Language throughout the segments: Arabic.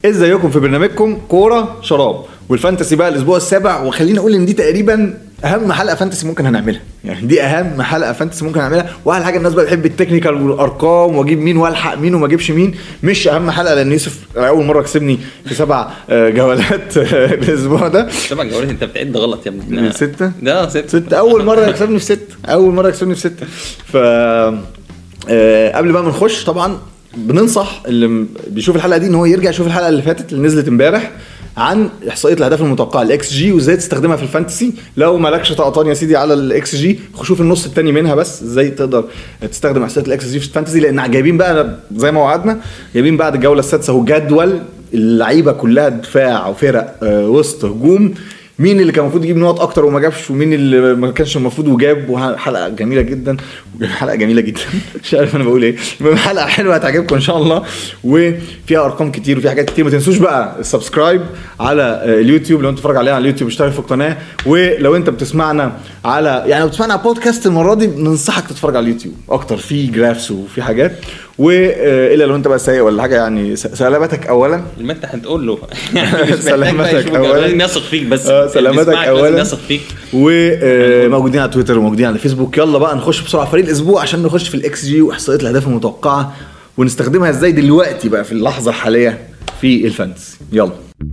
ازيكم في برنامجكم كوره شراب والفانتسي بقى الاسبوع السابع. وخلينا اقول ان دي تقريبا اهم حلقه فانتسي ممكن هنعملها، يعني دي اهم حلقه فانتسي ممكن هنعملها. واحلى حاجه الناس بقى بتحب التكنيكال والارقام واجيب مين والحق مين وما اجيبش مين. مش اهم حلقه لان يوسف اول مره كسبني في 7 جولات الاسبوع ده. 7 جولات انت بتعد غلط يا ابني. 6 ده 6 اول مره يكسبني في 6 اول مره يكسبني في 6. ف قبل بقى ما نخش طبعا بننصح اللي بيشوف الحلقه دي ان هو يرجع يشوف الحلقه اللي فاتت اللي نزلت امبارح عن احصائيه الاهداف المتوقعه الاكس جي وازاي تستخدمها في الفانتسي. لو مالكش طقطان يا سيدي على الاكس جي شوف النص الثاني منها بس ازاي تقدر تستخدم احصائيه الاكس جي في الفانتسي، لان جايبين بقى زي ما وعدنا جايبين بعد الجوله السادسه وجدول اللعيبه كلها دفاع وفرق وسط هجوم، مين اللي كان المفروض يجيب نقط اكتر وما جابش ومين اللي ما كانش المفروض وجاب. حلقه جميله جدا مش عارف انا بقول ايه. حلقه حلوه هتعجبكم ان شاء الله وفيها ارقام كتير وفيها حاجات كتير. ما تنسوش بقى السبسكرايب على اليوتيوب لو انت بتتفرج عليها على اليوتيوب اشترك في القناه. ولو انت بتسمعنا على لو بتسمعنا على بودكاست المره دي ننصحك تتفرج على اليوتيوب اكتر، في جرافس وفي حاجات. والا لو انت بقى سايق ولا حاجه يعني سلامتك اولا. المتح هتقول له سلامتك اولا لازم يثق فيك بس سلامتك اولا يثق فيك. وموجودين على تويتر وموجودين على فيسبوك. يلا بقى نخش بسرعه فريق الاسبوع عشان نخش في الاكس جي واحصائيات الاهداف المتوقعه ونستخدمها ازاي دلوقتي بقى في اللحظه الحاليه في الفانتسي. يلا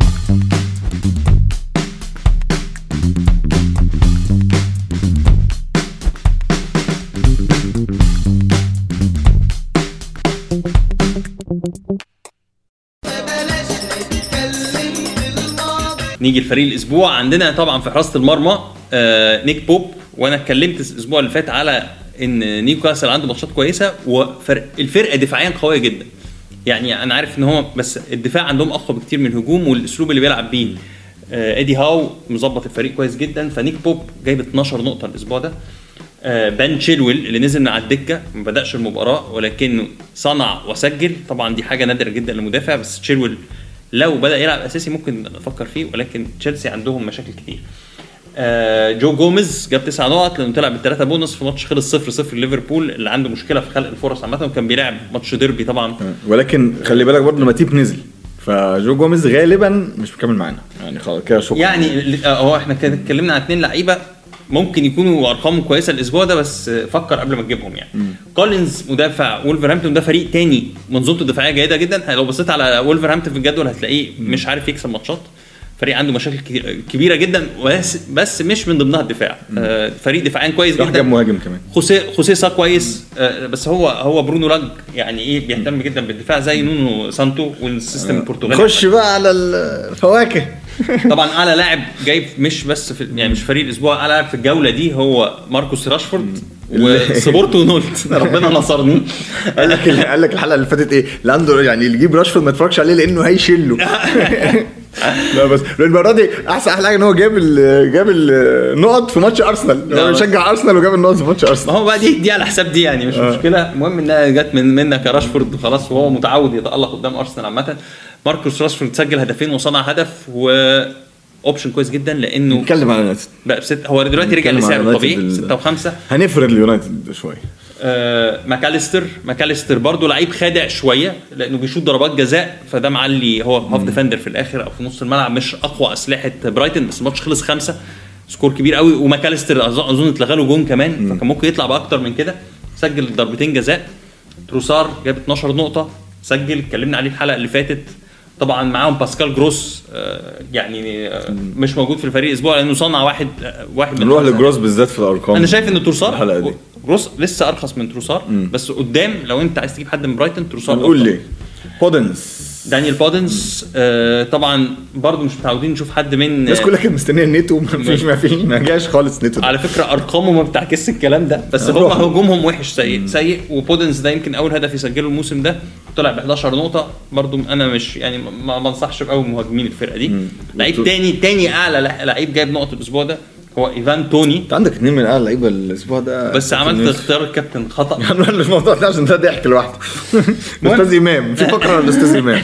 نيجي الفريق الاسبوع. عندنا طبعا في حراسه المرمى نيك بوب، وانا اتكلمت الاسبوع اللي فات على ان نيوكاسل عنده ماتشات كويسه والفرقه دفاعيا قويه جدا. يعني انا عارف ان هو بس الدفاع عندهم اقوى بكتير من الهجوم والاسلوب اللي بيلعب بيه ايدي هاو مظبط الفريق كويس جدا. فنيك بوب جايب 12 نقطه الاسبوع ده. بان تشيلويل اللي نزل من على الدكه ما بداش المباراه ولكنه صنع وسجل. طبعا دي حاجه نادره جدا للمدافع، بس تشيلويل لو بدأ يلعب أساسي ممكن نفكر فيه، ولكن تشيلسي عندهم مشاكل كتير. جو جوميز جاب 9 نقط لأنه طلع ب3 بونص في ماتش خلص 0-0 ليفربول اللي عنده مشكلة في خلق الفرص عامة، وكان بيلعب ماتش ديربي طبعا. ولكن خلي بالك برضه ماتيب نزل، فجو جوميز غالبا مش مكمل معانا يعني خلاص كده شكرا. يعني هو احنا اتكلمنا عن 2 لعيبة ممكن يكونوا ارقامهم كويسه الاسبوع ده، بس فكر قبل ما تجيبهم. يعني كولينز مدافع وولفرهامبتون ده فريق تاني منظومته الدفاعيه جيده جدا. لو بصيت على وولفرهامبتون في الجدول هتلاقيه مش عارف يكسب ماتشات، فريق عنده مشاكل كبيره جدا بس مش من ضمنها الدفاع. فريق دفاعيا كويس جدا، جاب مهاجم كمان خوسيه كويس. بس هو برونو لاج يعني ايه بيهتم جدا بالدفاع زي نونو سانتو والسيستم البرتغالي. خش بقى على الفواكه. طبعا اعلى لاعب جايب مش بس في يعني مش فريق الاسبوع، اعلى لاعب في الجوله دي هو ماركوس راشفورد وسبورتو نولت. ربنا نصرني. قال لك الحلقه اللي فاتت ايه لاندو يعني اللي يجيب راشفورد ما تفرجش عليه لانه هيشيله. لا بس المره دي احسن حاجه ان هو جاب النقط في ماتش ارسنال. هو بيشجع ارسنال وجاب النقط في ماتش ارسنال. ما هو بقى دي على حساب دي يعني مش مشكله. المهم انها جت منك يا راشفورد وخلاص، وهو متعود يتالق قدام ارسنال عامه. ماركوس راشفورد سجل هدفين وصنع هدف اوبشن كويس جدا لانه نتكلم على يونايتد بقى هو دلوقتي رجع لسعره الطبيعي 6 و5. هنفرد اليونايتد شويه. ماكاليستر برضو لعيب خادع شويه لانه بيشوط ضربات جزاء، فده معلي هو هاف ديفندر في الاخر او في نص الملعب، مش اقوى اسلحه برايتن. بس الماتش خلص 5 سكور كبير قوي، وماكاليستر اظن اتلغى له جون كمان فكان ممكن يطلع باكتر من كده. سجل ضربتين جزاء. تروسار جاب 12 نقطه سجل، اتكلمنا عليه الحلقه اللي فاتت. طبعا معاهم باسكال جروس يعني مش موجود في الفريق الاسبوع لانه صنع واحد نروح لجروس بالذات في الارقام. انا شايف ان تروسار جروس لسه ارخص من تروسار بس قدام لو انت عايز تجيب حد من برايتون تروسار. نقول لي دانيال بودنز طبعا برضو مش متعودين نشوف حد من الناس كلها كانت مستنيه النيتو ما جاش خالص نيتو. على فكره ارقامه ما بتعكسش الكلام ده، بس هم هجومهم وحش سيء. وبودنز ده يمكن اول هدف يسجله الموسم ده طلع ب 11 نقطه. برضو انا مش يعني ما بنصحش بقوي مهاجمين الفرقه دي. لعيب تاني اعلى لعيب جايب نقطه الاسبوع ده هو ايفان توني. انت عندك 2 من اعلى لعيبه الاسبوع ده، بس عملت اختيار الكابتن خطا. يعني الموضوع ده عشان ده ضحك لوحده. استاذ امام في فقره الاستاذ امام.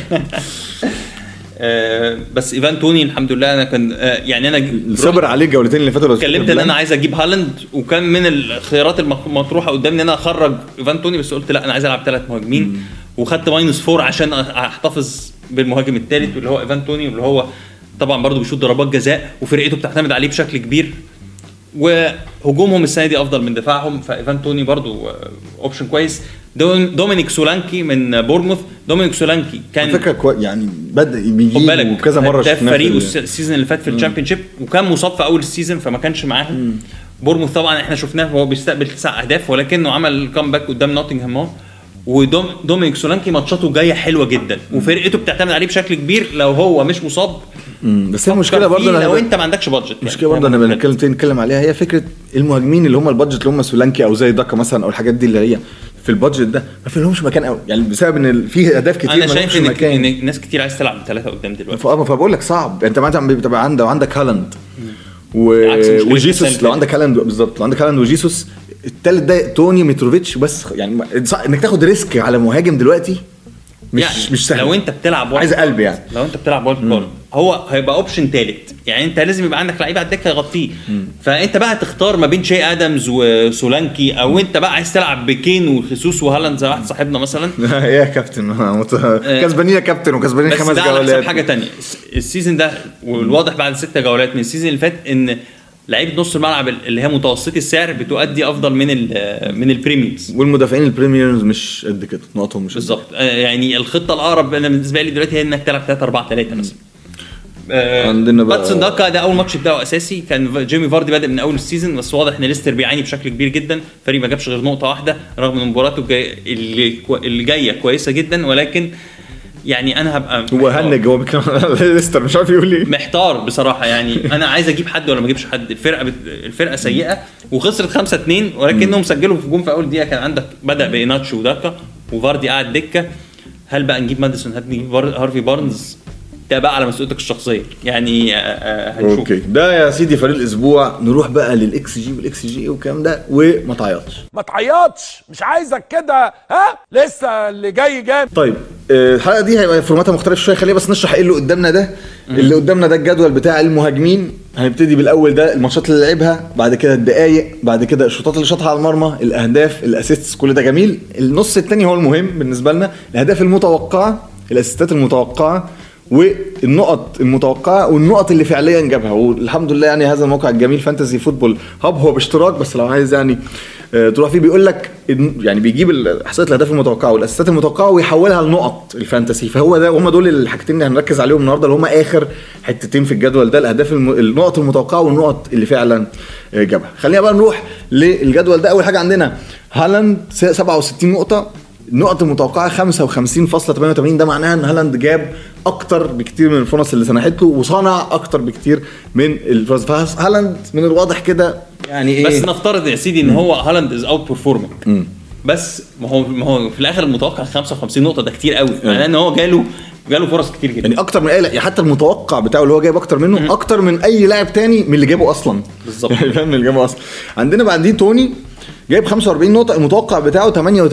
بس ايفان توني الحمد لله انا كان يعني انا صبر عليه الجولتين اللي فاتوا. اتكلمت ان انا عايز اجيب هالاند وكان من الخيارات المطروحه قدامي ان انا اخرج ايفان توني، بس قلت لا انا عايز العب 3 مهاجمين وخدت -4 عشان احتفظ بالمهاجم الثالث واللي هو ايفان توني، واللي هو طبعا برضو بيشوط ضربات جزاء وفرقته بتعتمد عليه بشكل كبير، وهجومهم السنه دي افضل من دفاعهم. فايفان توني برضو اوبشن كويس. دومينيك سولانكي من بورموث. دومينيك سولانكي كان فكره يعني بدا بيجي وكذا مره شفناه فريقه السيزون اللي فات في الشامبيونشيب، وكان مصاب في اول السيزون فما كانش معاهم. بورموث طبعا احنا شفناه هو بيستقبل 9 اهداف ولكنه عمل كامباك قدام نوتنغهام. ودومينيك سولانكي ماتشاته جايه حلوه جدا وفرقته بتعتمد عليه بشكل كبير لو هو مش مصاب. بس هي المشكله برضه لو انت ما عندكش بادجت، المشكله برضه انا بنتكلم عليها هي فكره المهاجمين اللي هم البادجت اللي هم سولانكي او زي داكا مثلا او الحاجات دي اللي هي في البادجت ده ما في لهمش مكان قوي، يعني بسبب ان في اهداف كتير. انا شايف ان ناس كتير عايز تلعب ب3 قدام دلوقتي، فبقول لك صعب. انت ما بتبقى عندك هالاند وجيسوس. لو عندك هالاند بالظبط، لو عندك هالاند وجيسوس، الثالث ده توني ميتروفيتش بس. يعني انك تاخد ريسك على مهاجم دلوقتي مش سهل. لو انت بتلعب عايز قلب يعني. لو انت بتلعب وايلد هو هيبقى اوبشن ثالث، يعني انت لازم يبقى عندك لعيبه على الدكه يغطيه. فانت بقى تختار ما بين شي ادمز وسولانكي، او انت بقى عايز تلعب بكين وخيسوس وهالاند زي واحد صاحبنا مثلا. يا كابتن كسبانين يا كابتن وكسبانين 5 جولات. بس حاجه تانية السيزون ده، والواضح بعد 6 جولات من السيزون اللي فات ان لعيبه نص الملعب اللي هي متوسطي السعر بتؤدي افضل من البريميومز. والمدافعين البريميومز مش قد كده، نقطهم مش بالظبط. يعني الخطه الاقرب انا بالنسبه لي دلوقتي هي انك تلعب 3-4-3 مثلا. عندنا بقى باتسون داكا ده اول ماتش بتاعه اساسي، كان جيمي فاردي بادئ من اول السيزون، بس واضح ان ليستر بيعاني بشكل كبير جدا. فريق ما جابش غير نقطه واحده رغم ان مباراته اللي جايه كويسه جدا، ولكن يعني انا هبقى هو هنج هو ليستر مش عارف يقول ايه، محتار بصراحه. يعني انا عايز اجيب حد ولا ما اجيبش حد. الفرقه سيئه وخسرت 5-2 ولكنهم سجلوا في جون في اول دقيقه. كان عندك بدا بيناتشو وداكا وفاردي قاعد دكه. هل بقى نجيب ماديسون؟ هنجيب هارفي بارنز؟ ده بقى على مسؤوليتك الشخصيه يعني. هنشوف. اوكي ده يا سيدي فريق الاسبوع. نروح بقى للاكس جي والاكس جي والكلام ده، وما تعيطش ما تعيطش، مش عايزك كده، ها لسه اللي جاي جامد. طيب الحلقه دي هيبقى فورماتها مختلف شويه. خلينا بس نشرح ايه اللي قدامنا ده. اللي قدامنا ده الجدول بتاع المهاجمين. هنبتدي بالاول ده الماتشات اللي لعبها، بعد كده الدقايق، بعد كده الشوطات اللي شاطها على المرمى، الاهداف، الاسيستس، كل ده جميل. النص الثاني هو المهم بالنسبه لنا، الاهداف المتوقعه، الاسيستات المتوقعه، والنقط المتوقعه، والنقط اللي فعليا جابها. والحمد لله يعني هذا الموقع الجميل فانتزي فوتبول هاب هو باشتراك، بس لو عايز يعني تروح فيه بيقول لك يعني بيجيب احصائيات الاهداف المتوقعه والاسيستات المتوقعه ويحولها لنقط الفانتسي. فهو ده هم دول الحاجتين اللي هنركز عليهم النهارده، اللي هم اخر حتتين في الجدول ده، الاهداف النقط المتوقعه والنقط اللي فعلا جابها. خلينا بقى نروح للجدول ده. اول حاجه عندنا هالاند 67 نقطه، النقط المتوقعه 55.88. ده معناها ان هالاند جاب اكتر بكتير من الفرص اللي سنحت له وصنع اكتر بكتير من الفرص. فهالاند من الواضح كده يعني ايه. بس نفترض يا سيدي ان هو هالاند از اوت بيرفورمينج، بس ما هو في الاخر المتوقع 55 نقطه ده كتير قوي، معناه ان هو جاله فرص كتير جدا، يعني اكتر من اي، حتى المتوقع بتاعه اللي هو جايب اكتر منه اكتر من اي لاعب تاني من اللي جابه اصلا. بالظبط يعني من اللي جابه اصلا. عندنا بعدين توني جايب 45 نقطه، المتوقع بتاعه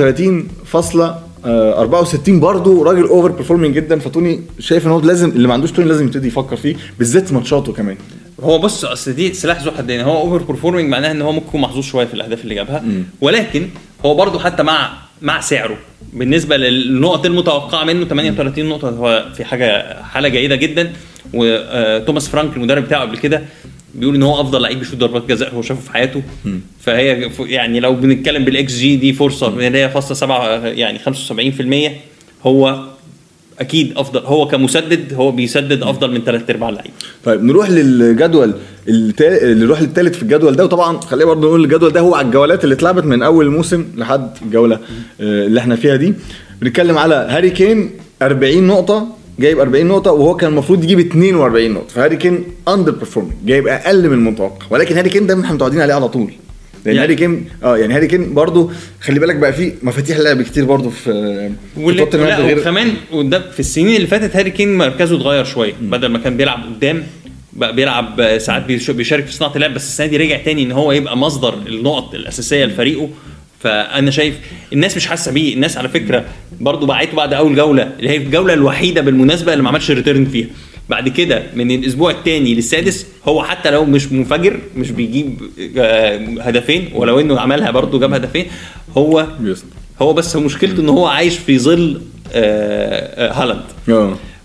38.64. برضو راجل اوفر بيرفورمينج جدا. فتوني شايف ان هو لازم، اللي ما عندوش توني لازم يبتدي يفكر فيه، بالذات ماتشاته كمان. هو بص، اصل دي سلاح ذو حدين. هو اوفر بيرفورمينج معناها ان هو ممكن يكون محظوظ شويه في الاهداف اللي جابها، ولكن هو برضو حتى مع سعره بالنسبه للنقط المتوقعه منه 38 نقطه، هو في حاله جيده جدا. وتوماس فرانك المدرب بتاعه قبل كده بيقول ان هو افضل لعيب بيشوط ضربات جزاء هو شافه في حياته. فهي يعني لو بنتكلم بالاكس جي دي فرصه اللي هي فاصله 7 يعني 75%. هو اكيد افضل، هو كمسدد هو بيسدد افضل من 3/4 اللعيبه. طيب نروح للجدول اللي نروح للثالث في الجدول ده. وطبعا خلينا برضه نقول الجدول ده هو على الجولات اللي اتلعبت من اول الموسم لحد الجوله اللي احنا فيها دي. بنتكلم على هاري كين 40 نقطه، جايب 40 نقطه وهو كان المفروض يجيب 42 نقطه. فهاري كين اندر بيرفورمينج، جايب اقل من المتوقع. ولكن هاري كين ده احنا متعودين عليه على طول، لان هاري كين يعني هاري كين برضو خلي بالك بقى فيه مفاتيح لعب كتير برضو في وكمان وده في السنين اللي فاتت هاري كين مركزه اتغير شويه. بدل ما كان بيلعب قدام بقى بيلعب ساعات بيشارك في صناعه اللعب، بس السنه دي رجع تاني ان هو يبقى مصدر النقط الاساسيه لفريقه. فانا شايف الناس مش حاسه بيه. الناس على فكره برضو بعته بعد اول جوله، اللي هي الجوله الوحيده بالمناسبه اللي ما عملش ريتيرن فيها. بعد كده من الاسبوع الثاني للسادس هو حتى لو مش منفجر، مش بيجيب هدفين، ولو انه عملها برضو جاب هدفين. هو بس هو مشكلته ان هو عايش في ظل هالاند.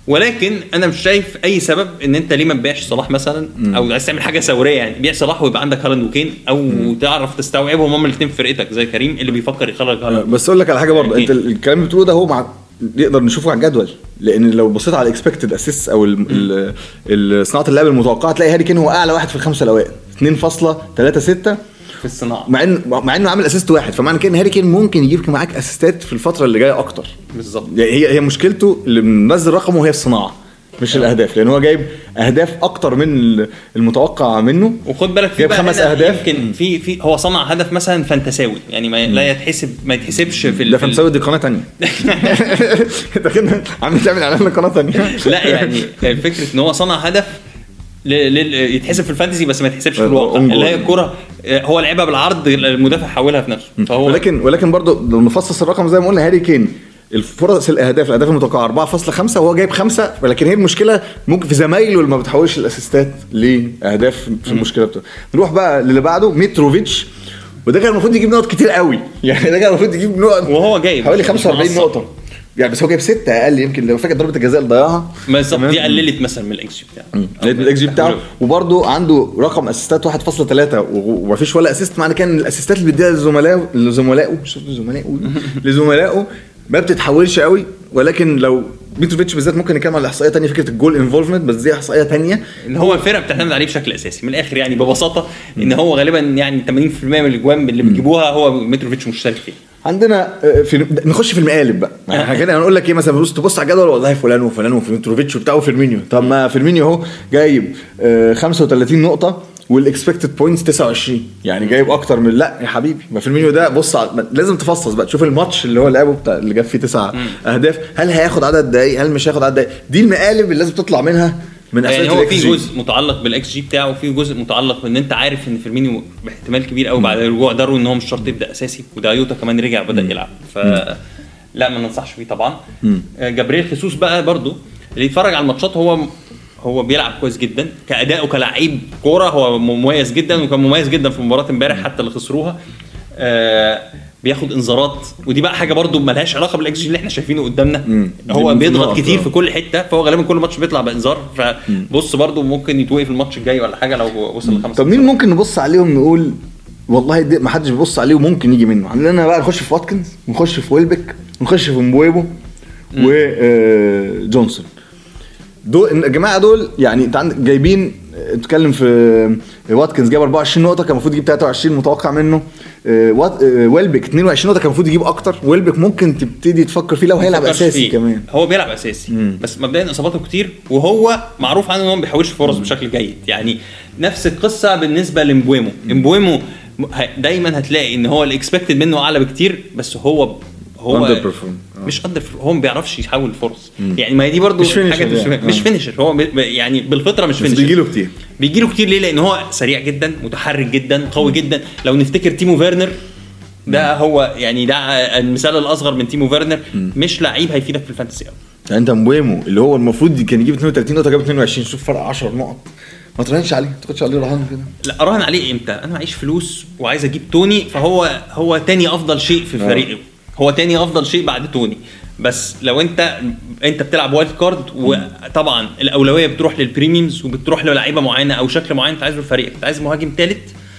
ولكن انا مش شايف اي سبب ان انت ليه ما تبيعش صلاح مثلا او عايز تعمل حاجه ثوريه يعني بيع صلاح ويبقى عندك هالاند وكين او تعرف تستوعبهم هم الاثنين في فرقتك زي كريم اللي بيفكر يخرج هالاند. بس اقول لك على حاجه برضه، انت الكلام اللي بتقوله ده هو نقدر نشوفه على الجدول، لان لو بصيت على الاكسبكتد اسيست او صناعه اللعب المتوقعه تلاقي هاري كين هو اعلى واحد في الخمسه الاوائل 2.36 في الصناعه، مع انه عامل اسيست واحد. فمعنى كده هاري كين ممكن يجيب معاك اسيستات في الفتره اللي جايه اكتر. بالظبط، يعني هي مشكلته اللي منزل رقمه هي الصناعه مش الاهداف، لان هو جايب اهداف اكتر من المتوقع منه. وخد بالك جايب 5 اهداف. يمكن في هو صنع هدف مثلا فانتساوي يعني ما يتحسبش في ده فانتساوي دي قناه ثانيه انت كده عم تعمل اعلان لقناه ثانيه. لا يعني فكره ان هو صنع هدف يتحسب في الفانتسي بس ما يتحسبش في الواقع اللي هي الكره هو لعبها بالعرض المدافع حولها في نفسه. فهو ولكن برضه لو نفصص الرقم زي ما قلنا هاري كين الفرص الاهداف المتوقعه 4.5 وهو جايب 5. ولكن هي المشكله ممكن في زمايله اللي ما بتحولش الاسيستات لاهداف في المشكله بتاعته. نروح بقى للي بعده متروفيتش، وده كان المفروض يجيب نقط كتير قوي يعني ده كان المفروض يجيب نقط وهو جايب حوالي 45 نقطه يعني بس هو جايب 6 اقل يمكن لو فاكر ضربه الجزاء اللي ضيعها بالظبط دي قللت مثلا من الاكس جي بتاعه من الاكس جي بتاعه. وبرده عنده رقم اسيستات 1.3 ومفيش ولا اسيست. معنى كان الاسيستات اللي بيديها لزملائه ما بتتحولش قوي. ولكن لو متروفيتش بالذات ممكن نتكلم على احصائيه تانية فكره الجول انفولفمنت بس دي احصائيه تانية ان هو الفرقه بتعتمد عليه بشكل اساسي من الاخر يعني ببساطه ان هو غالبا يعني 80% من الاجوان اللي بتجيبوها هو متروفيتش مشترك فيه. عندنا نخش في المقالب بقى يعني كده هنقول لك ايه مثلا تبص على الجدول والله فلان وفلان ومتروفيتش وبتاعه فيرمينيو. طب ما فيرمينيو اهو جايب 35 نقطه والاكسبكتد بوينتس 29 يعني جايب اكتر من لا يا حبيبي. ما فيرمينيو ده بص لازم تفصص بقى تشوف الماتش اللي هو لعبه بتاع اللي جاب فيه 9 اهداف هل هياخد عدد دقايق هل مش هياخد عدد دقايق. دي المقالب اللي لازم تطلع منها من يعني هو في جزء متعلق بالاكس جي بتاعه وفي جزء متعلق بان انت عارف ان فيرمينيو باحتمال كبير قوي بعد رجوع دارو ان هو مش شرط يبدا اساسي ودايوتا كمان رجع بدا يلعب لا ما ننصحش فيه طبعا. جابرييل خيسوس بقى برضو اللي يتفرج على الماتشات هو بيلعب كويس جدا كأداء وكلاعب كوره هو مميز جدا وكان مميز جدا في مباراه امبارح حتى اللي خسروها. بياخد انذارات ودي بقى حاجه برضو ملهاش علاقه بالاكس جي اللي احنا شايفينه قدامنا. هو بيضغط كتير في كل حته فهو غالبا كل ماتش بيطلع بانذار. فبص برضو ممكن يتوقف الماتش الجاي ولا حاجه لو وصل ل5. طب مين ممكن نبص عليهم نقول والله ما حدش بيبص عليه وممكن يجي منه؟ عندنا بقى نخش في واتكنز ونخش في ويلبك ونخش في مبويبو وجونسون. دول الجماعه دول يعني انت عندك جايبين تتكلم في واتكنز جاب 24 نقطه كان المفروض يجيب 23 متوقع منه. ويلبك 22 نقطه كان المفروض يجيب اكتر. ويلبك ممكن تبتدي تفكر فيه لو هيلعب اساسي كمان. هو بيلعب اساسي بس مبدئيا اصاباته كتير وهو معروف عنه انه ما بيحاولش فرص بشكل جيد. يعني نفس القصه بالنسبه لمبويمو دايما هتلاقي ان هو الاكسبكتد منه اعلى بكتير بس هو مش قدر هو ما بيعرفش يحاول فرص. يعني ما هي دي برضو مش فينيشر هو يعني بالفطره مش فينيشر. بيجيله كتير ليه؟ لان هو سريع جدا متحرك جدا قوي جدا. لو نفتكر تيمو فيرنر ده هو يعني ده المثال الاصغر من تيمو فيرنر. مش لعيب هيفيدك في الفانتسي قوي. يعني انت مبويمو اللي هو المفروض كان يجيب 32 نقطه جاب 22 شوف فرق 10 نقط. ما تراهنش عليه تاخدش عليه رهان كده. لا اراهن عليه امتى؟ انا معيش فلوس وعايز اجيب توني فهو تاني افضل شيء في فريقه. هو تاني افضل شيء بعد توني. بس لو انت بتلعب وايلد كارد وطبعا الاولويه بتروح للبريميومز وبتروح للاعيبه معينه او شكل معين انت عايزه في فريقك. انت عايز مهاجم ثالث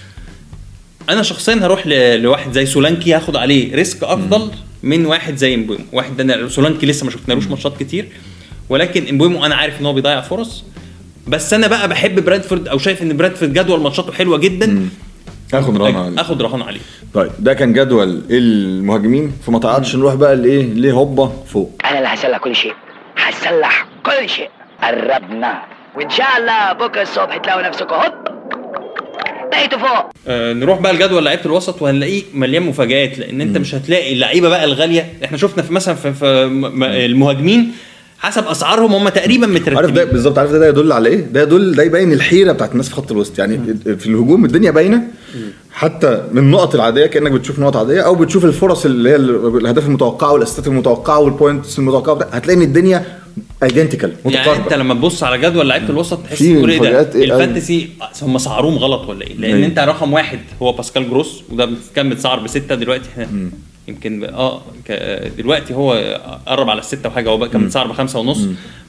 انا شخصيا هروح لواحد زي سولانكي هاخد عليه ريسك افضل من واحد زي امبويمو. واحد ده سولانكي لسه ما شفنالوش ماتشات كتير ولكن امبويمو انا عارف ان هو بيضيع فرص. بس انا بقى بحب برادفورد او شايف ان برادفورد جدول ماتشاته حلوه جدا اخد رهان عليه. طيب ده كان جدول المهاجمين. فما تعادش نروح بقى ليه هوبا فوق. انا اللي هسلح كل شيء هسلح كل شيء قربنا وان شاء الله بكره الصبح تلاقوا نفسكم هوب بقيتوا فوق. نروح بقى الجدول لعيبه الوسط وهنلاقيه مليان مفاجآت لان انت مش هتلاقي اللعيبه بقى الغاليه. احنا شفنا في مثلا في المهاجمين حسب اسعارهم هم تقريبا مترتبين. عارف ده بالظبط. عارف ده يدل على ايه؟ ده يبين الحيره بتاعت الناس في خط الوسط. يعني في الهجوم الدنيا باينه حتى من النقط العاديه كانك بتشوف نقط عاديه او بتشوف الفرص اللي هي الاهداف المتوقعه والاسيستات المتوقعه والبوينتس المتوقعه هتلاقي ان الدنيا ايدنتيكال متقاربه. يعني انت لما تبص على جدول لعيبه الوسط تحس ان الفانتسي هم سعروهم غلط ولا ايه؟ لان انت رقم واحد هو باسكال جروس وده كان متسعر ب6 دلوقتي احنا يمكن دلوقتي هو قرب على 6 وحاجه. هو كان متسعر ب5.5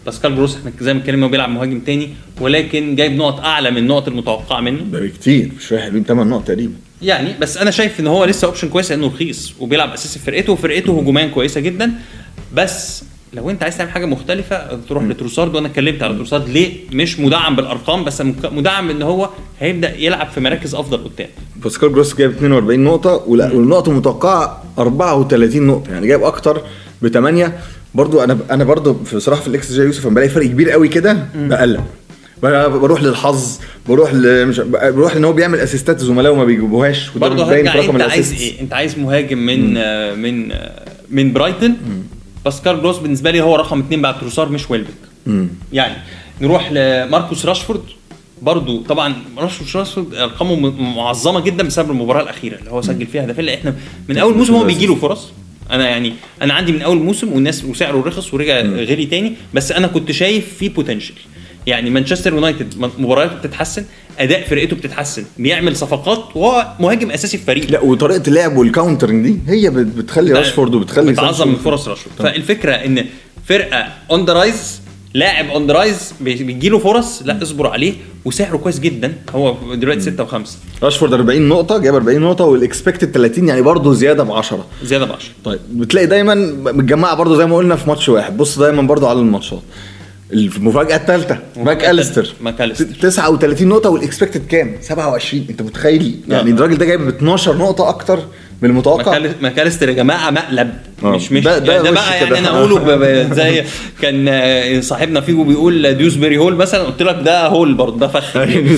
باسكال جروس احنا زي ما اتكلمنا بيلعب مهاجم تاني ولكن جايب نقط اعلى من النقط المتوقعه منه ده بكتير، مش فاهم 8 نقط تقريبا يعني. بس انا شايف ان هو لسه اوبشن كويس لانه رخيص وبيلعب اساسي في فرقته وفرقته هجوميا كويسه جدا. بس لو انت عايز تعمل حاجه مختلفه تروح لتروسارد، وانا اتكلمت على تروسارد ليه مش مدعم بالارقام بس مدعم ان هو هيبدا يلعب في مراكز افضل قدام. باسكال جروس جايب 42 نقطه والنقطه المتوقعه 34 نقطه، يعني جايب اكتر ب8. برضو انا برضو بصراحه في الاكس جي يوسف لما بلاقي فرق كبير قوي كده بقلق، بروح للحظ، بروح ان هو بيعمل اسيستات زملائه ما بيجيبوهاش، وده باين في رقم الاسيست. ايه انت عايز مهاجم من برايتون. باسكال جروس بالنسبه لي هو رقم 2 بعد تروسار مش ويلبك. يعني نروح لماركوس راشفورد. برضو طبعا راشفورد ارقامه معظمه جدا بسبب المباراه الاخيره اللي هو سجل فيها هدفين. احنا من اول موسم هو بيجي له فرص، انا عندي من اول موسم والناس وسعره رخص ورجع غالي تاني، بس انا كنت شايف فيه بوتنشال. يعني مانشستر يونايتد مبارياته بتتحسن، اداء فرقته بتتحسن، بيعمل صفقات وهو مهاجم اساسي في فريق. لا وطريقه اللعب والكاونترنج دي هي بتخلي راشفورد وبتخلي بتعظم من فرص راشفورد. فالفكره ان فرقه اون ذا رايز، لاعب اون ذا رايز بيجيله فرص، لا اصبر عليه وسعره كويس جدا. هو دلوقتي 6 و5. راشفورد 40 نقطه جاب 40 نقطه والاكسبكتد 30 يعني برضو زياده ب10. طيب بتلاقي دايما متجمعه برضو زي ما قلنا في ماتش واحد. بص دايما برضو على الماتشات. المفاجاه الثالثه ماك أليستر 39 نقطه والاكسبكتد كام 27. انت متخيل يعني الراجل ده جايب 12 نقطه اكتر من المتوقع. ماك أليستر يا جماعه مقلب. مش ده بقى يعني انا اقوله زي كان صاحبنا فيجو بيقول ديوسبري هول مثلا، قلت لك ده هول برضه ده فخ.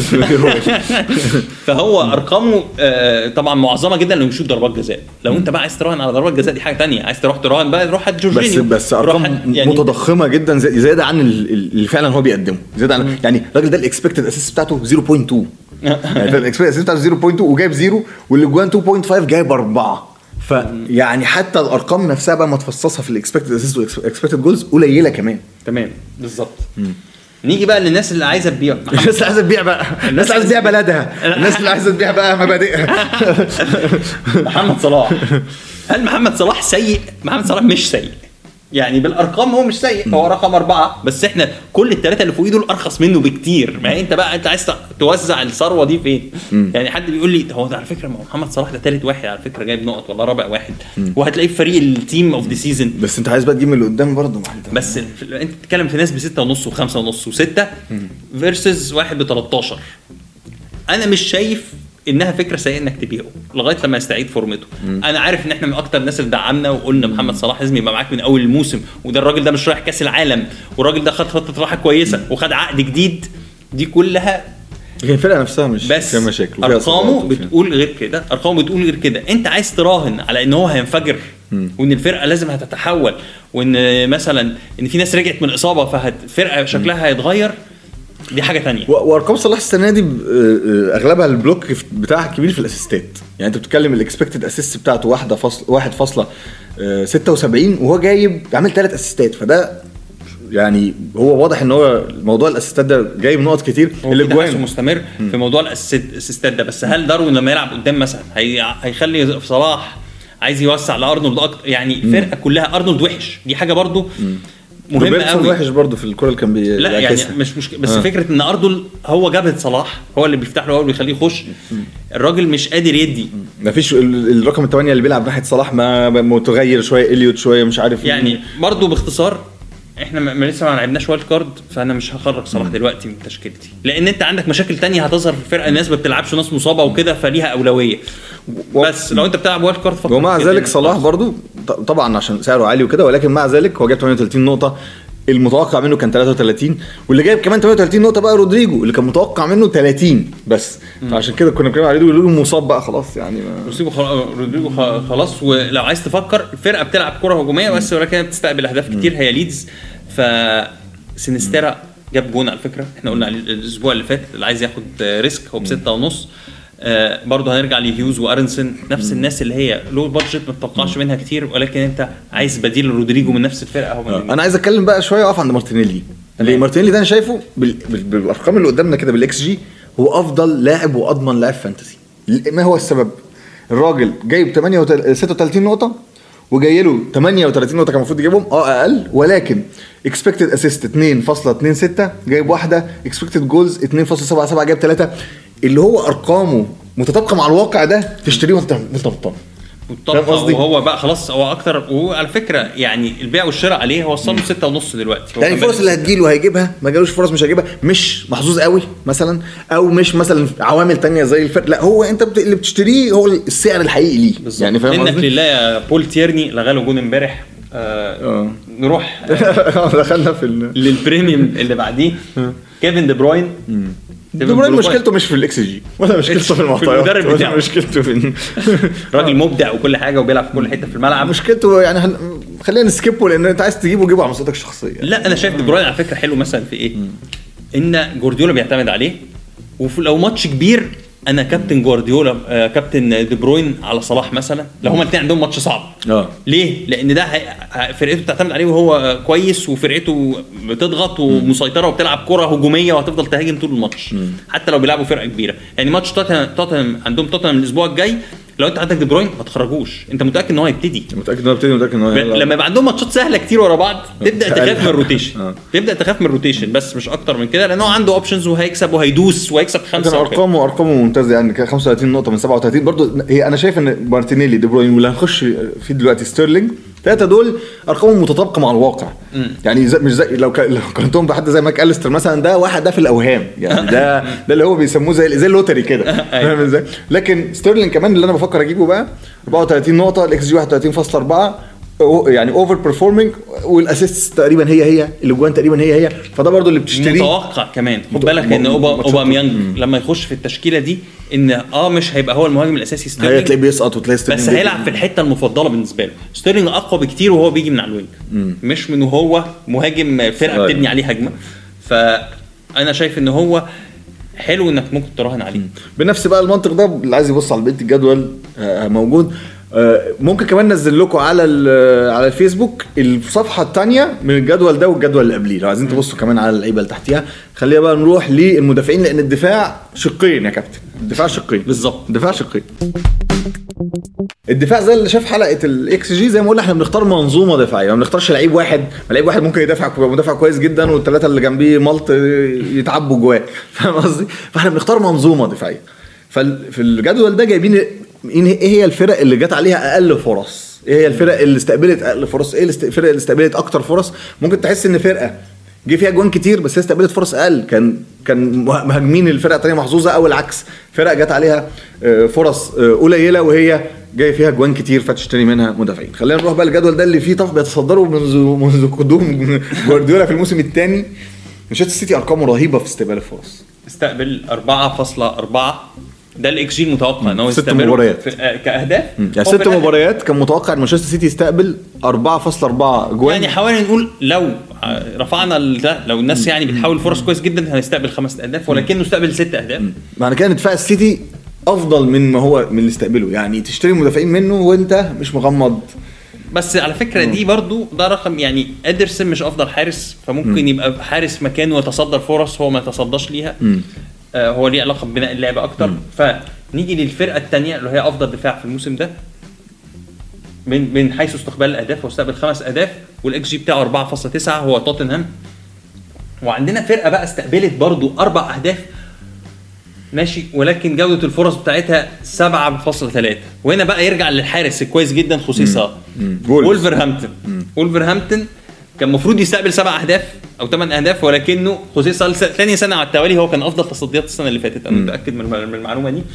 فهو ارقامه طبعا معظمه جدا انه يشوط ضربات جزاء. لو انت بقى عايز تراهن على ضربات جزاء دي حاجه تانية، عايز تروح تراهن بقى روح هات جورجينيو. بس ارقام يعني متضخمه جدا زياده عن اللي فعلا هو بيقدمه، زياده عن يعني الراجل ده الاكسبكتد اسيست بتاعته 0.2 يعني الاكسبكتد اسيست بتاعته 0.2 وجايب 0 والاجوان 2.5 جايب 4. فيعني حتى الارقام نفسها بقى متفصصه في الاكسبكتد اسيست والاكسبكتد جولز قليله كمان. تمام بالظبط. نيجي بقى للناس اللي عايزه تبيع. الناس اللي عايزه تبيع بقى، الناس اللي عايزه تبيع بلدها، الناس اللي عايزه تبيع بقى مبادئها. محمد صلاح. هل محمد صلاح سيء؟ محمد صلاح مش سيء يعني بالارقام هو مش سيء، هو رقم 4 بس احنا كل الثلاثه اللي فوقيه دول ارخص منه بكتير. ما انت بقى انت عايز توزع الثروه دي فين؟ يعني حد بيقول لي هو ده على فكره محمد صلاح ده ثالث واحد على فكره جايب نقط ولا رابع واحد وهتلاقيه في فريق التيم اوف ذا سيزون. بس انت عايز بقى تجيب من اللي قدام برضه. بس انت بتتكلم في ناس ب6.5 و5.5 و6 فيرسز واحد ب13. انا مش شايف انها فكره سيئه انك تبيعه لغايه لما يستعيد فورمته. انا عارف ان احنا من اكتر الناس اللي دعمنا وقلنا محمد صلاح لازم يبقى معاك من اول الموسم، وده الراجل ده مش رايح كاس العالم، والراجل ده خد خطه راحه كويسه وخد عقد جديد. دي كلها الفرقه نفسها مش فيها مشاكل. ارقامه بتقول غير كده، ارقامه بتقول غير كده. انت عايز تراهن على ان هو هينفجر وان الفرقه لازم هتتحول وان مثلا ان في ناس رجعت من الاصابه فالفرقه شكلها هيتغير، دي حاجه تانية. وارقام صلاح السنه دي اغلبها البلوك بتاعها كبير في الاسيستات. يعني انت بتتكلم الاكسبكتد اسيست بتاعته 1.76 وهو جايب عامل 3 اسيستات. فده يعني هو واضح ان هو موضوع الاسيستات ده جايب نقط كتير. الاجوان مستمر في موضوع الاسيستات ده. بس هل داروين لما يلعب قدام مثلا هيخلي صلاح عايز يوسع لارنولد اكتر؟ يعني الفرقه كلها ارنولد وحش، دي حاجه برضو مهم قوي. وحش برضو في الكره اللي كان لا يعني مش بس فكره ان اردول هو جبهه صلاح، هو اللي بيفتح له اول ويخليه يخش. الراجل مش قادر يدي. مفيش الرقم 8 اللي بيلعب ناحيه صلاح ما متغير شويه، اليوت شويه مش عارف يعني. برضو باختصار احنا ما لسه ما لعبناش وايلد كارد، فانا مش هخرج صلاح دلوقتي من تشكيلتي لان انت عندك مشاكل تانية هتظهر في الفرقه. الناس ما بتلعبش، ناس مصابه وكده فليها اولويه. بس لو انت بتلعب وايلد كارد فقط. ومع ذلك صلاح برضو طبعا عشان سعره عالي وكده، ولكن مع ذلك هو جاب 38 نقطه، المتوقع منه كان 33، واللي جايب كمان 38 نقطه بقى رودريجو اللي كان متوقع منه 30 بس. فعشان كده كنا بنتكلم عليه ويقولوا له مصاب بقى خلاص يعني رودريجو خلاص. ولو عايز تفكر الفرقه بتلعب كره هجوميه بس ولكن بتستقبل اهداف كتير هي ليدز. فسينستيرا جاب جون على فكره، احنا قلنا عليه الاسبوع اللي فات اللي عايز ياخد ريسك هو ب6.5. برضه هنرجع لهيوز وارنسون، نفس الناس اللي هي لو بادجت ما تتوقعش منها كتير، ولكن انت عايز بديل رودريجو من نفس الفرقه. انا عايز اتكلم بقى شويه اقف عند مارتينيلي. اللي مارتينيلي ده انا شايفه بالارقام اللي قدامنا كده بالاكس جي هو افضل لاعب واضمن لاعب فانتسي. ما هو السبب؟ الراجل جايب 36 نقطه وجاي له 38 نقطه كان المفروض يجيبهم اقل، ولكن اكسبكتد اسيست 2.26 جايب واحده، اكسبكتد جولز 2.77 جايب 3، اللي هو ارقامه متطابقه مع الواقع ده تشتريه وانت مطمن. وهو بقى خلاص هو اكتر. وعلى فكره يعني البيع والشراء عليه هو وصل له 6.5 دلوقتي. يعني الفرص اللي هتجيله هيجيبها، ما جالوش فرص مش هيجيبها، مش محظوظ قوي مثلا، او مش مثلا عوامل تانية زي الفرق، لا هو انت اللي بتشتريه هو السعر الحقيقي ليه يعني. فاهم قصدي؟ لله يا بول تيرني لغى له جون امبارح. نروح دخلنا في للبريميوم اللي بعديه. كيفن دي بروين. دي بروين مشكلته مش في الاكس جي ولا مشكلته في المعطيات ولا مشكلته في راجل مبدع وكل حاجه وبيلعب في كل حته في الملعب. مشكلته يعني خلينا نسكيبه لان انت عايز تجيبه على مسؤوليتك الشخصيه. لا انا شايف دي بروين على فكره حلو مثلا في ايه، ان جوارديولا بيعتمد عليه، وفي لو ماتش كبير انا كابتن جوارديولا كابتن دي بروين على صلاح مثلا، لو هما الاثنين عندهم ماتش صعب. ليه؟ لان ده فرقته بتعتمد عليه وهو كويس، وفرقته بتضغط ومسيطره وبتلعب كره هجوميه وهتفضل تهاجم طول الماتش حتى لو بيلعبوا فرقه كبيره. يعني ماتش توتنهام عندهم توتنهام الاسبوع الجاي، لو انت عندك دي بروين ما تخرجوش، انت متاكد ان هو هيبتدي، متاكد ان هو لما يبقى عندهم ماتشات سهله كتير ورا بعض تبدا تخاف من الروتيشن. تبدا تخاف من الروتيشن بس مش اكتر من كده، لانه عنده اوبشنز وهيكسب وهيدوس وهيكسب 5. ارقامه ممتازه يعني 35 نقطه من 37 برضو. هي انا شايف ان مارتينيلي دي بروين واللي هنخش فيه دلوقتي ستيرلينج، ثلاثه دول ارقامهم متطابقه مع الواقع. يعني مش زي لو قارنتهم بحد زي ماك أليستر مثلا، ده واحد ده في الاوهام يعني ده اللي هو بيسموه زي اللوتري كده فاهم ازاي. لكن ستيرلينج كمان اللي انا بفكر اجيبه بقى 34 نقطه، الاكس جي 31.4 يعني اوفر بيرفورمينج، والاسيست تقريبا هي الاجوان تقريبا هي فده برضو اللي بتشتريه. متوقع كمان خد بالك ان اوباميانج لما يخش في التشكيله دي ان مش هيبقى هو المهاجم الاساسي ستيرلينج، هتلاقيه بيسقط وتلاقي ستيرلينج بس هيلعب في الحته المفضله بالنسبه له. ستيرلينج اقوى بكتير وهو بيجي من على الوينج، مش من هو مهاجم فرقه بتبني عليه هجمه. فانا شايف ان هو حلو انك ممكن تراهن عليه. بنفس بقى المنطق ده اللي عايز يبص على بقيه الجدول موجود. ممكن كمان ننزل لكم على الفيسبوك الصفحه الثانيه من الجدول ده والجدول اللي قبليه لو عايزين تبصوا كمان على اللعيبه اللي تحتيها. خلينا بقى نروح للمدافعين، لان الدفاع شقين يا كابتن، الدفاع شقين بالظبط، الدفاع شقين. الدفاع زي اللي شاف حلقه الاكس جي، زي ما قلنا احنا بنختار منظومه دفاعيه، ما بنختارش لعيب واحد. لعيب واحد ممكن يدافع مدافع كويس جدا والثلاثه اللي جنبيه ملط يتعبوا جواه، فاهم قصدي؟ فاحنا بنختار منظومه دفاعيه. ففي الجدول ده جايبين ايه هي الفرق اللي جت عليها اقل فرص، ايه هي الفرق اللي استقبلت اقل فرص، ايه الفرق اللي استقبلت اكتر فرص. ممكن تحس ان فرقه جه فيها جوان كتير بس هي استقبلت فرص اقل، كان مهاجمين الفرقه الثانيه محظوظه، او العكس فرقه جت عليها فرص قليله وهي جاي فيها جوان كتير فتشتري منها مدافعين. خلينا نروح بقى الجدول ده اللي فيه طف بيتصدروا منذ قدوم جوارديولا في الموسم الثاني. مانشستر سيتي ارقامه رهيبه في استقبال الفرص، استقبل 4.4، ده الاكس جي المتوقع ان هو يستقبل 6 مباريات كاهداف. يعني 6 مباريات كان متوقع ان مانشستر سيتي يستقبل 4.4 جوان. يعني حوالي نقول لو رفعنا لو الناس يعني بتحاول فرص كويس جدا هنستقبل 5 اهداف، ولكنه استقبل 6 اهداف. معنى كده دفاع السيتي افضل من ما هو من اللي استقبله، يعني تشتري مدافعين منه وانت مش مغمض. بس على فكره دي برضو ده رقم، يعني ادرسن مش افضل حارس، فممكن يبقى حارس مكانه ويتصدر فرص هو ما يتصداش ليها. هو ليه علاقه ببناء اللعب اكتر. فنيجي للفرقه الثانيه اللي هي افضل دفاع في الموسم ده من حيث استقبال الاهداف، هو استقبل 5 اهداف والاكس جي بتاعه 4.9 هو توتنهام. وعندنا فرقه بقى استقبلت برضو 4 اهداف ماشي، ولكن جوده الفرص بتاعتها 7.3. وهنا بقى يرجع للحارس الكويس جدا خوسيسا وولفرهامبتون كان المفروض يستقبل 7 أهداف او 8 أهداف، ولكنه خوسيسا ثاني سنه على التوالي هو كان افضل تصديات السنه اللي فاتت. انا متاكد من المعلومه دي.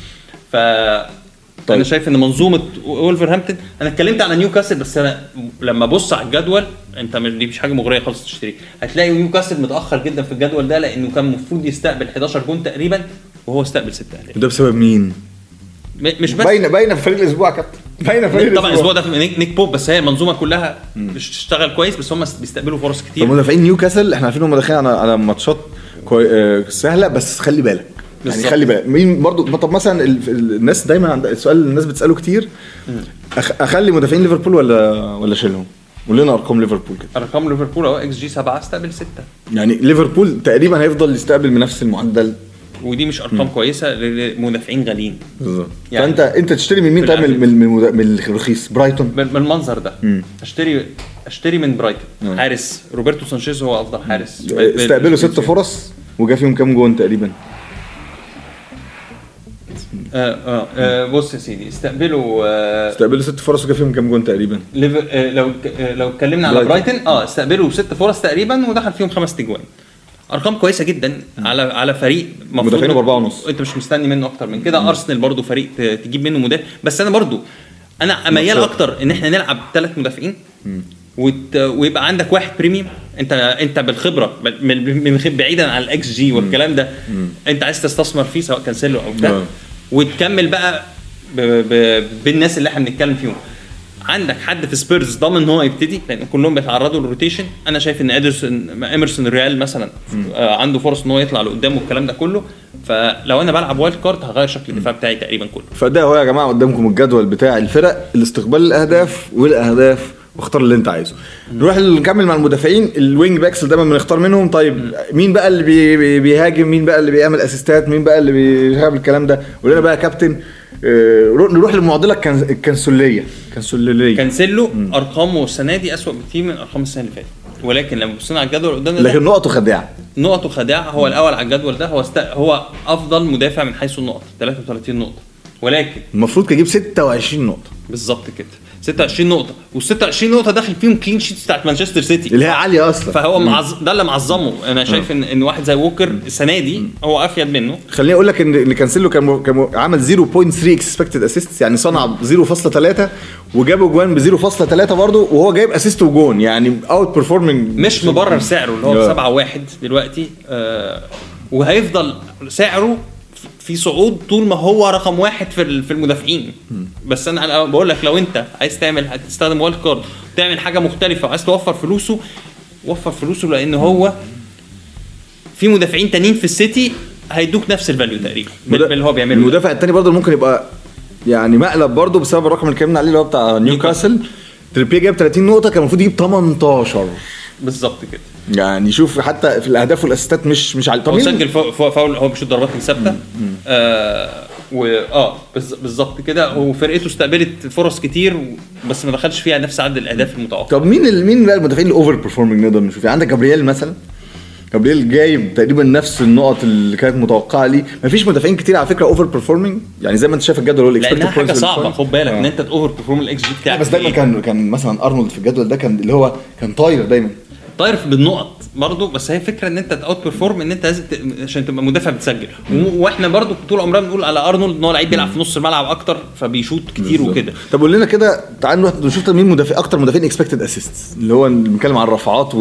طيب. انا شايف ان منظومه وولفرهامبتون، انا اتكلمت على نيوكاسل بس أنا لما بص على الجدول انت دي مش حاجه مغريه خالص تشتري. هتلاقي نيوكاسل متاخر جدا في الجدول ده لانه كان المفروض يستقبل 11 جون تقريبا وهو استقبل 6 أهداف. وده بسبب مين؟ مش بس باينه في فريق الاسبوع يا كابتن، باينه في فريق طبعا الاسبوع ده في نيك بوب، بس هي المنظومه كلها مش تشتغل كويس، بس هم بيستقبلوا فرص كتير. المدافعين نيوكاسل احنا عارفين هم داخلين على ماتشات سهله، بس خلي بالك يعني خلي بالك مين برضو. طب مثلا الناس دايما عند السؤال اللي الناس بتساله كتير، اخلي مدافعين ليفربول ولا شيلهم؟ ولنا ارقام ليفربول كده. ارقام ليفربول اهو اكس جي 7 استقبل 6، يعني ليفربول تقريبا هيفضل يستقبل بنفس المعدل ودي مش ارقام كويسه لمدافعين غاليين بالظبط. يعني فانت تشتري من مين؟ طيب من الرخيص برايتون بالمنظر ده. اشتري من برايتون حارس روبرتو سانشيز هو افضل حارس. استقبلوا 6 فرص وجا فيهم كام جون تقريبا؟ بص يا سيدي استقبلوا 6 فرص وجا فيهم كام جون تقريبا؟ لو اتكلمنا على برايتون استقبلوا 6 فرص تقريبا ودخل فيهم 5 اجوان. ارقام كويسه جدا على فريق مدافعين ب4.5. انت مش مستني منه اكتر من كده. ارسنال برضو فريق تجيب منه مدافع، بس انا ميال اكتر ان احنا نلعب 3 مدافعين ويبقى عندك واحد بريميوم. انت بالخبره من بعيدا عن الاكس جي والكلام ده، انت عايز تستثمر فيه سواء كانسيلو او ده، وتكمل بقى بالناس اللي احنا بنتكلم فيهم. عندك حد في سبيرز ضامن ان هو يبتدي لان كلهم بيتعرضوا للروتيشن. انا شايف ان اميرسون ريال مثلا عنده فرص ان هو يطلع لقدام والكلام ده كله. فلو انا بلعب وايلد كارد هغير شكل الدفاع بتاعي تقريبا كله. فده هو يا جماعه قدامكم الجدول بتاع الفرق، الاستقبال الاهداف والاهداف، واختار اللي انت عايزه. نروح نكمل مع المدافعين. الوينج باكس دايما بنختار منهم. طيب مين بقى اللي بيهاجم؟ مين بقى اللي بيعمل اسيستات؟ مين بقى اللي بيعمل الكلام ده؟ قول لنا بقى يا كابتن. نروح للمعضله كانسيلو ارقامه السنه دي اسوأ بكتير من ارقام السنه اللي فاتت، ولكن لما بصينا على الجدول قدامنا لكن نقطه خداعه. هو الاول على الجدول ده. هو افضل مدافع من حيث النقط 33 نقطه، ولكن المفروض تجيب 26 نقطه بالظبط كده. 26 نقطه وال26 نقطه داخل فيهم كلين شيتس بتاعت مانشستر سيتي اللي هي عاليه اصلا. فهو ده اللي معظمه. انا شايف ان واحد زي ووكر السنه دي هو افيد منه. خليني اقول لك ان كانسيلو كان عمل 0.3 اكسبكتد اسيست، يعني صنع 0.3 وجاب جوان ب 0.3 برضه، وهو جايب اسيست وجون، يعني اوت بيرفورمينج. مش مبرر سعره اللي هو 7.1 دلوقتي. وهيفضل سعره في صعود طول ما هو رقم 1 في المدافعين. بس انا بقول لك لو انت عايز هتستخدم وايلد كارد تعمل حاجه مختلفه وعايز توفر فلوسه، وفر فلوسه، لان هو في مدافعين تانيين في السيتي هيدوك نفس الفاليو تقريبا اللي هو بيعمله. المدافع الثاني برضه ممكن يبقى يعني مقلب برضه بسبب الرقم اللي اتكلمنا عليه اللي هو بتاع نيوكاسل. تريبيه جاب 30 نقطه، كان المفروض يجيب 18 بالظبط كده. يعني شوف حتى في الاهداف والاسيستات مش على هو سجل فاول، هو مش ضربات ثابته. بالظبط كده. وفرقته استقبلت فرص كتير بس ما دخلش فيها نفس عدد الاهداف المتوقع. طب مين بقى المدافعين الاوفر بيرفورمينج نقدر نشوف؟ عندك جابرييل مثلا. جابرييل جايب تقريبا نفس النقط اللي كانت متوقعه ليه. مفيش مدافعين كتير على فكره اوفر بيرفورمينج، يعني زي ما انت شايف الجدول الاكسبكتد بوينتس حاجه صعبه. خد بالك ان انت اوفر بيرفورم الاكس جي بتاعك. بس دايما كان مثلا ارنولد في الجدول ده كان اللي هو كان طاير دايما بالنقط برضو. بس هي فكره ان انت اوت بيرفورم ان انت لازم عشان تبقى مدافع بتسجل. واحنا برضو طول عمرنا بنقول على ارنولد ان هو لعيب بيلعب في نص الملعب اكتر فبيشوط كتير وكده. طب قول لنا كده، تعال نشوف مين مدافع اكتر مدافعين اكسبكتد اسيستس، اللي هو بنتكلم عن الرفعات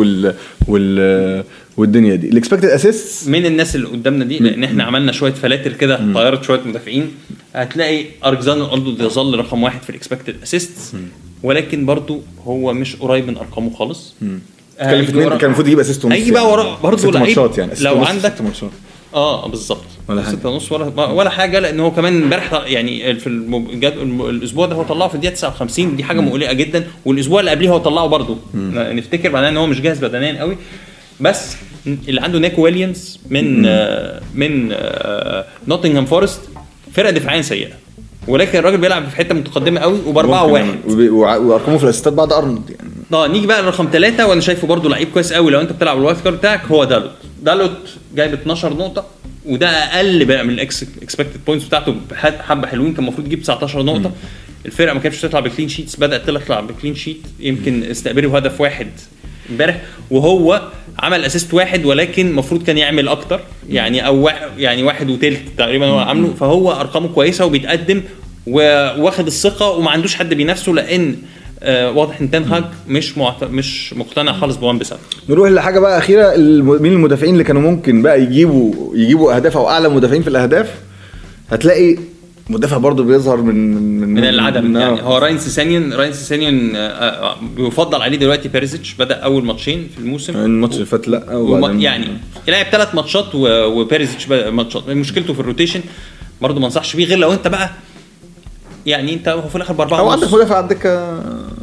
والدنيا دي. الاكسبكتد اسيستس من الناس اللي قدامنا دي، لان احنا عملنا شويه فلاتر كده طيرت شويه مدافعين. هتلاقي اركزاندر أرنولد يظل رقم 1 في الاكسبكتد اسيستس، ولكن برضو هو مش قريب من ارقامه خالص. كان المفروض يجيب اسيست ونص. هيجي بقى ورا برضه لعيب يعني لو عندك بالظبط 6.5 ولا حاجه. لان هو كمان امبارح يعني في الاسبوع ده هو طلعه في الدقيقه 59. دي حاجه مقلقه جدا. والاسبوع اللي قبليه هو طلعه برضه. نفتكر معناه ان هو مش جاهز بدنيا قوي. بس اللي عنده نيك ويليامز من نوتنغهام فورست، فرقه دفاعيا سيئه، ولكن الراجل بيلعب في حته متقدمه قوي و4-1 وارقامه في الاسيستات بعد ارنولد يعني. نيجي بقى لرقم 3 وانا شايفه برضو لعيب كويس قوي لو انت بتلعب الوايلد كارد بتاعك. هو دالوت جايب 12 نقطه، وده اقل بقى من الاكسبكتد بوينتس بتاعته حبه حلوين. كان المفروض يجيب 19 نقطه. الفرقه ما كانتش تطلع بكلين شيتس، بدات تطلع بكلين شيت. يمكن استقبلوا هدف واحد امبارح، وهو عمل اسيست واحد، ولكن المفروض كان يعمل اكتر يعني، او يعني 1.3 تقريبا هو عامله. فهو ارقامه كويسه وبيتقدم واخد الثقه وما عندوش حد بينافسه، لان واضح ان تين هاج مش مقتنع خالص بوان بيساكا. نروح لحاجه بقى اخيره. مين المدافعين اللي كانوا ممكن بقى يجيبوا اهداف او اعلى مدافعين في الاهداف؟ هتلاقي مدافع برضو بيظهر من العدم يعني. هو راين سيسانيون بيفضل عليه دلوقتي. بيريزيتش بدا اول ماتشين في الموسم، الماتش اللي فات لا يعني لعب 3 ماتشات وبيريزيتش ماتشات. مشكلته في الروتيشن برضو ما انصحش بيه غير لو انت بقى يعني انت هو في الاخر ب4 او عندك مدافع عندك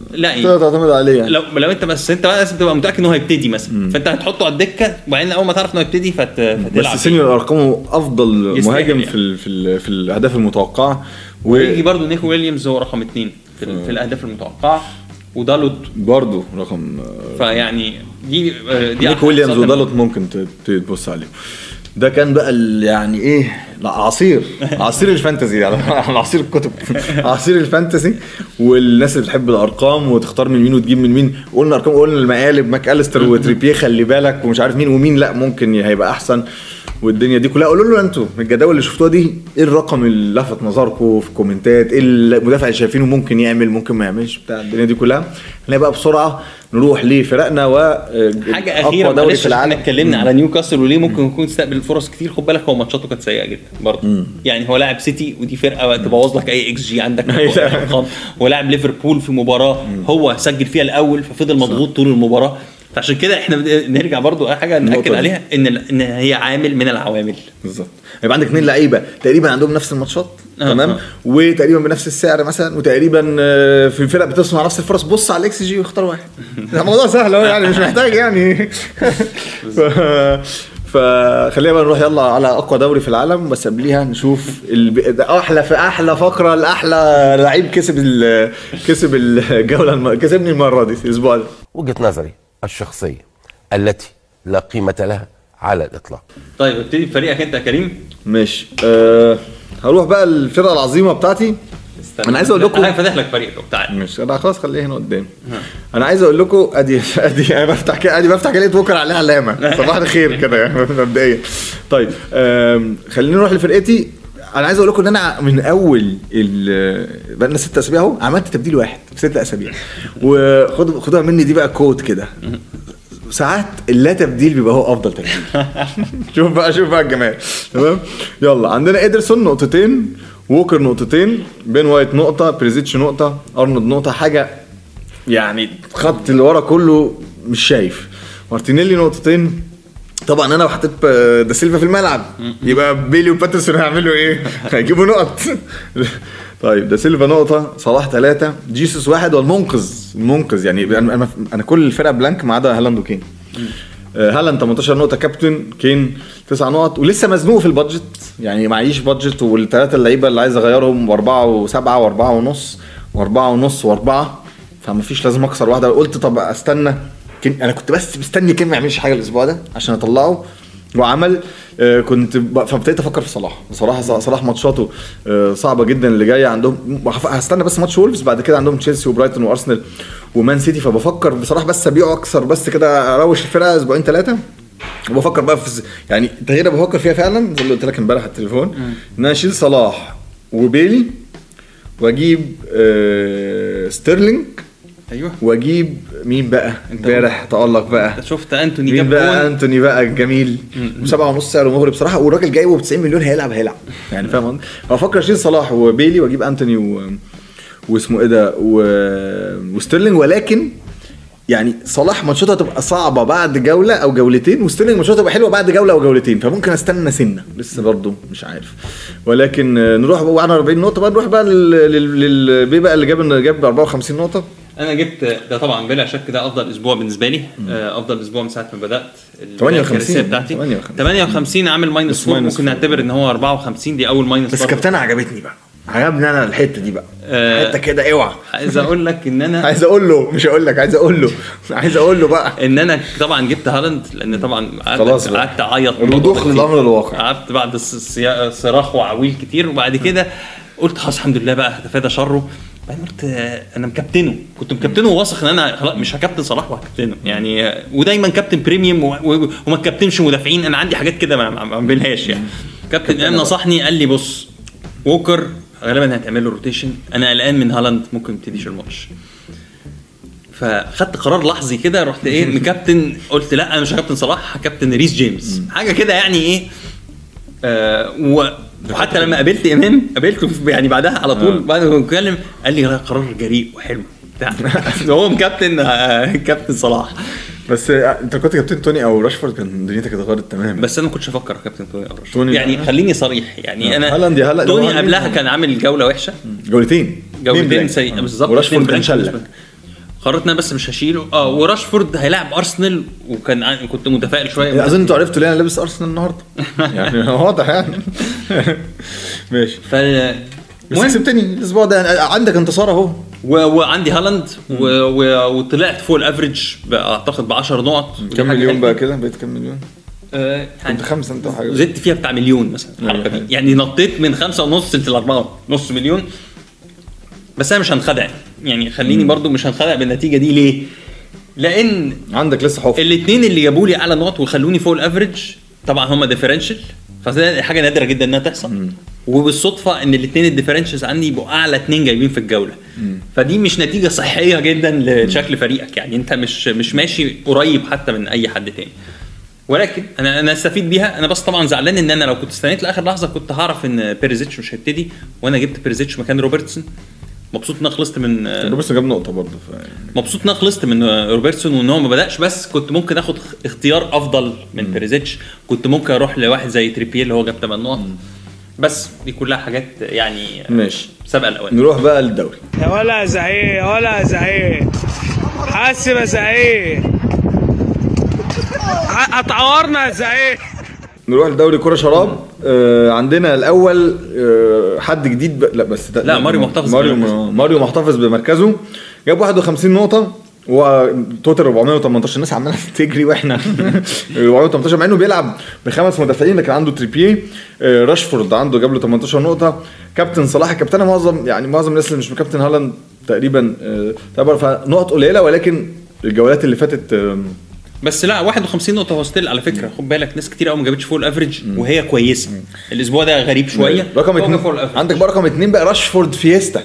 لا تقدر تعتمد عليه يعني. لو انت بس انت بقى لازم تبقى متاكد انه هيبتدي مثلا، فانت هتحطه على الدكه وبعدين اول ما تعرف انه هيبتدي فتلعب. بس سينيور ارقامه افضل مهاجم يعني. في الاهداف المتوقعه. ويجي برضو نيكو ويليامز هو رقم 2 في الاهداف المتوقعه، ودالوت برضو رقم. فيعني دي نيكو ويليامز ودالوت ممكن تبص عليه. ده كان بقى يعني ايه عصير الفانتزي على عصير الكتب عصير الفانتزي. والناس اللي بتحب الارقام وتختار من مين وتجيب من مين، قلنا ارقام، قلنا المقالب ماك أليستر وتريبيه خلي بالك ومش عارف مين ومين لا ممكن هيبقى احسن والدنيا دي كلها. قولوا له انتوا من الجداول اللي شفتوها دي ايه الرقم اللي لفت نظركم في الكومنتات، ايه المدافع اللي شايفينه ممكن يعمل ممكن ما يعملش بتاع الدنيا دي كلها. احنا بقى بسرعه نروح لفرقنا حاجه اخيره دوري في العالم. اتكلمنا على نيوكاسل وليه ممكن يكون استقبل فرص كتير. خد بالك هو ماتشاته كانت سيئه جدا برضه يعني. هو لاعب سيتي ودي فرقه تبوظ لك اي اكس جي عندك ولاعب ليفربول في مباراه هو سجل فيها الاول ففضل مضغوط طول المباراه. فعشان كده احنا نرجع برضو حاجه ناكد عليها ان هي عامل من العوامل بالظبط. يبقى عندك 2 لعيبه تقريبا عندهم نفس الماتشات تمام وتقريبا بنفس السعر مثلا وتقريبا في فرق بتصنع نفس الفرص. بص على الاكس جي واختار واحد. الموضوع سهل اهو يعني مش محتاج يعني فخلينا بقى نروح يلا على اقوى دوري في العالم. بس قبليها نشوف احلى فقره الاحلى لعيب كسب الجوله كسبني المره دي الاسبوع ده. وجهة نظري الشخصية التي لا قيمة لها على الإطلاق. طيب ابتدي بفريقك انت يا كريم. ماشي هروح بقى الفرقة العظيمة بتاعتي. انا عايز اقول لكم انا فاتح لك فريقك وبتاع مش انا خلاص خليه هنا قدام. انا عايز اقول لكم ادي انا بفتح لقيت بكره عليها علامه صباح الخير كده يعني مبدئيا. طيب خلينا نروح لفرقتي. انا عايز اقول لكم ان انا من اول بقى لنا 6 اسابيع اهو عملت تبديل واحد في 6 اسابيع. وخدوها مني دي بقى كود كده ساعات اللا تبديل بيبقى هو افضل تبديل. شوف بقى الجمال تمام. يلا عندنا إيدرسون 2 نقطة، ووكر 2 نقطة، بين وايت 1 نقطة، بريزيتش 1 نقطة، ارنولد 1 نقطة. حاجه يعني خط اللي ورا كله مش شايف. مارتينيلي 2 نقطة. طبعا انا حطيت دا سيلفا في الملعب يبقى بيلي وباترسون هيعملوا ايه؟ هيجيبوا نقط. طيب دا سيلفا 1 نقطة، صلاح 3، جيسوس 1 والمنقذ يعني انا كل الفرقه بلانك ما عدا هالاند وكين. هالاند 18 نقطة كابتن، كين 9 نقط ولسه مزنوق في البادجت يعني معيش بادجت. والثلاثه اللعيبه اللي عايز اغيرهم 4 و7 و4 ونص و4 ونص و4 فما فيش لازم اكسر واحده. قلت طب استنى انا كنت بس مستني كين ما يعملش حاجه الاسبوع ده عشان اطلعه وعمل. فابتديت افكر في صلاح. بصراحه صلاح ماتشاته صعبه جدا اللي جايه عندهم. هستنى بس ماتش وولفز بعد كده عندهم تشيلسي وبرايتون وارسنال ومان سيتي. فبفكر بصراحه بس ابيعه اكثر بس كده اروش الفرقه اسبوعين 3. وبفكر بقى في يعني التغيير بفكر فيها فعلا زي اللي قلت لك امبارح على التليفون ان انا اشيل صلاح وبيلي واجيب ستيرلينج. ايوه واجيب مين بقى امبارح تقلق بقى شفت انتوني جاب بقى انتوني بقى الجميل ب7.5 سعره مغري بصراحه. والراجل جايبه ب90 مليون هيلعب يعني فاهم. بفكر اشيل صلاح وبيلي واجيب انتوني واسمه ايه ده وستيرلينج. ولكن يعني صلاح ماتشاته هتبقى صعبه بعد جوله او جولتين وستيرلينج ماتشاته هتبقى حلوه بعد جوله او جولتين. فممكن استنى سنه لسه برضو مش عارف. ولكن نروح بقى على 40 نقطه بقى نروح بقى للبي بقى اللي جاب 54 نقطه. انا جبت ده طبعا بلا شك ده افضل اسبوع بالنسبه لي. افضل اسبوع من ساعه ما بدات 58 بتاعتي 58 عامل -4. ممكن نعتبر ان هو 54 دي اول ماينس. بس كابتن عجبتني بقى عجبني انا الحته دي بقى حته كده اوعى. عايز اقول لك ان انا عايز اقول له مش هقول لك عايز اقول له بقى ان انا طبعا جبت هالاند لان طبعا قعدت اعيط الوضوح للامر الواقع. قعدت بعد صراخ وعويل كتير وبعد كده قلت خلاص الحمد لله بقى هتفادى شره. بعدين قلت انا كنت مكابتنه وواثق ان انا خلاص مش هكابتن صلاح وهكابتنه يعني. ودايما كابتن بريميوم وما كابتنش مدافعين. انا عندي حاجات كده ما بعملهاش يعني. كابتن امام نصحني قال لي بص ووكر غالبا هتعمل له روتيشن. انا قلقان من هالاند ممكن ما يبتديش الماتش. فخدت قرار لحظي كده رحت مكابتن. قلت لا انا مش هكابتن صلاح هكابتن ريس جيمس حاجه كده يعني وحتى لما قابلته يعني بعدها على طول بعد ما نتكلم قال لي قرار جريء وحلو بتاع. هو كابتن صلاح. بس انت كنت كابتن توني او راشفورد كان دنيتك اتغيرت تماما. بس انا ما كنتش افكر كابتن توني او راشفورد يعني خليني صريح يعني. انا توني قبلها كان عامل جوله وحشه جولتين سيئه بالظبط. وراشفورد كان شلك قررت ان انا بس مش هشيله. وراشفورد هيلاعب ارسنال، كنت متفائل شويه. اظن انتوا عرفتوا ليه انا لابس ارسنال النهارده يعني واضح يعني. ماشي. بس كسبتني الاسبوع ده، عندك انتصار اهو. وعندي هالاند وطلعت فوق الافريج اعتقد ب10 نقط. كم مليون بقى كده؟ بقيت كم مليون؟ كنت 5 انت حاجه زدت فيها بتاع مليون مثلا الحلقه دي، يعني نطيت من 5.5 ل 4.5 مليون. بس انا مش هنخدع يعني، خليني برضو مش هنخدع بالنتيجه دي. ليه؟ لان عندك لسه حفر. الاثنين اللي جابوا لي اعلى نقط وخلوني فوق الافريج طبعا هم ديفرنشال، فده حاجه نادره جدا انها تحصل. وبالصدفه ان الاثنين الديفرنشالز عندي يبقوا اعلى 2 جايبين في الجوله. فدي مش نتيجه صحيه جدا لشكل فريقك، يعني انت مش ماشي قريب حتى من اي حد تاني. ولكن انا استفيد بيها. انا بس طبعا زعلان ان انا لو كنت استنيت لاخر لحظه كنت هعرف ان بيريزيتش مش هيبتدي، وانا جبت بيريزيتش مكان روبرتسون. مبسوط ان خلصت من روبرتسون، جاب نقطه برضه. مبسوط ان خلصت من روبرتسون وان هو ما بداش، بس كنت ممكن اخد اختيار افضل من بيريزيتش. كنت ممكن اروح لواحد زي تريبيه اللي هو جاب 8 نقط. بس دي كلها حاجات يعني ماشي. سابقه الاوان. نروح بقى للدوري. يا ولا زعيق ولا زعيق، حاسب زعيق، اتعورنا زعيق. نروح لدوري كرة شراب. عندنا الاول حد جديد لا بس لا ماريو محتفظ. ماريو محتفظ بمركزه، جاب 51 نقطة وتوتال 418. الناس عماله تجري واحنا 418 مع انه بيلعب ب5 مدافعين، لكن عنده تريبيه. راشفورد عنده جاب له 18 نقطة. كابتن صلاح الكابتن معظم الناس اللي مش كابتن هالاند تقريبا تعتبر فنقط قليلة، ولكن الجولات اللي فاتت بس لا 51 نقطة هو ستيل على فكرة. خد بالك ناس كتير قوي ما جابتش فوق الافريج وهي كويسة. الاسبوع ده غريب شوية. رقم 2 عندك بقى رقم 2 بقى راشفورد فيستا.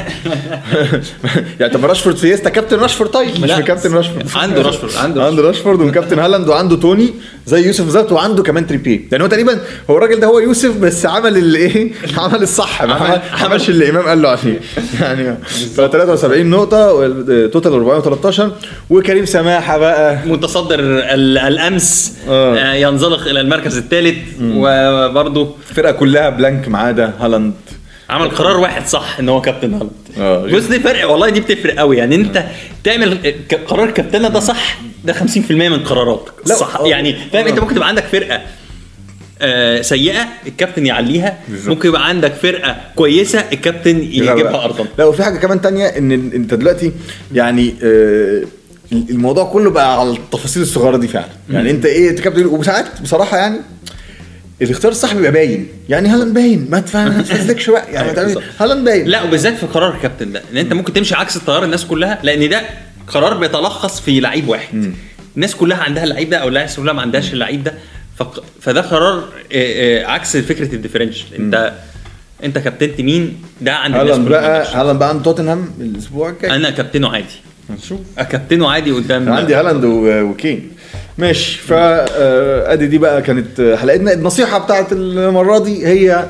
يعني طب راشفورد فيستا كابتن راشفورد طيب مش كابتن راشفورد. عنده راشفورد وكابتن هالاند وعنده توني زي يوسف بالظبط وعنده كمان تريبيه. يعني هو تقريبا هو الراجل ده هو يوسف بس عمل الايه عمل الصح ما عملش اللي الامام قال له عليه يعني. ف 73 نقطه توتال 413. وكريم سماحه بقى متصدر الامس ينزلق الى المركز الثالث. وبرضه الفرقه كلها بلانك ما عدا هالاند. عمل قرار واحد صح ان هو كابتن هالاند. بس دي فرق والله، دي بتفرق قوي يعني. انت تعمل قرار كابتنه ده صح، ده 50% من قراراتك صح يعني. فاهم؟ انت ممكن تبقى عندك فرقه سيئه الكابتن يعليها، ممكن يبقى عندك فرقه كويسه الكابتن يجيبها ارضا. لا وفي حاجه كمان تانية ان انت دلوقتي يعني الموضوع كله بقى على التفاصيل الصغيره دي فعلا. يعني انت ايه كابتن، وساعات بصراحه يعني الاختيار الصح بيبقى باين. يعني هالاند باين ما تفزلكش بقى يعني هالاند باين. لا وبالذات في قرار الكابتن ده ان انت ممكن تمشي عكس التيار الناس كلها، لان ده قرار بيتلخص في لعيب واحد. الناس كلها عندها اللعيب ده او الناس كلها ما عندهاش اللعيب ده. فده قرار عكس فكره الديفرنشال. انت كابتنت مين ده عند الناس كلها. هالاند بقى عند توتنهام الاسبوع الجاي. انا كابتنه عادي، نشوف كابتنه عادي قدام. عندي هالاند وكين ماشي. فادي دي بقى كانت حلقتنا. النصيحه بتاعت المره دي هي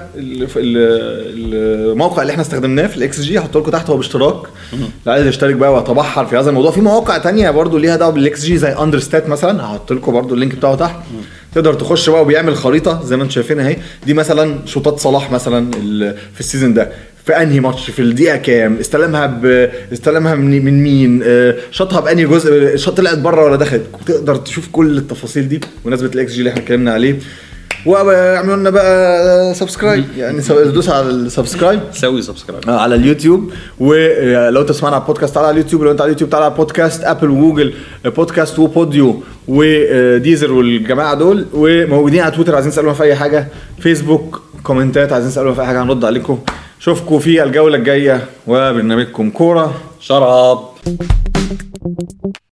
الموقع اللي احنا استخدمناه في الاكس جي، هحط لكم تحت هو باشتراك. اللي عايز يشترك بقى ويتبحر في هذا الموضوع، في مواقع تانية برضو ليها دعوه بالاكس جي زي اندرستات مثلا، هحط لكم برضو اللينك بتاعه تحت. تقدر تخش بقى وبيعمل خريطه زي ما انتم شايفينها اهي. دي مثلا شوطات صلاح مثلا في السيزون ده، في انهي ماتش، في الدقيقه كام، استلمها من مين، شاطها بانهي جزء، شاط طلعت بره ولا دخلت. تقدر تشوف كل التفاصيل دي بمناسبه الاكس جي اللي احنا اتكلمنا عليه. واعملوا لنا بقى سبسكرايب، يعني دوس على السبسكرايب، سوي سبسكرايب على اليوتيوب. ولو تسمعنا على البودكاست تعالى على اليوتيوب، لو انت على اليوتيوب تعالى على بودكاست ابل وجوجل بودكاست وبوديو وديزر والجماعه دول. وموجودين على تويتر عايزين تسالونا في اي حاجه، فيسبوك كومنتات عايزين تسالونا في اي حاجه هنرد عليكم. شوفكم في الجوله الجايه وبرنامجكم كوره شراب.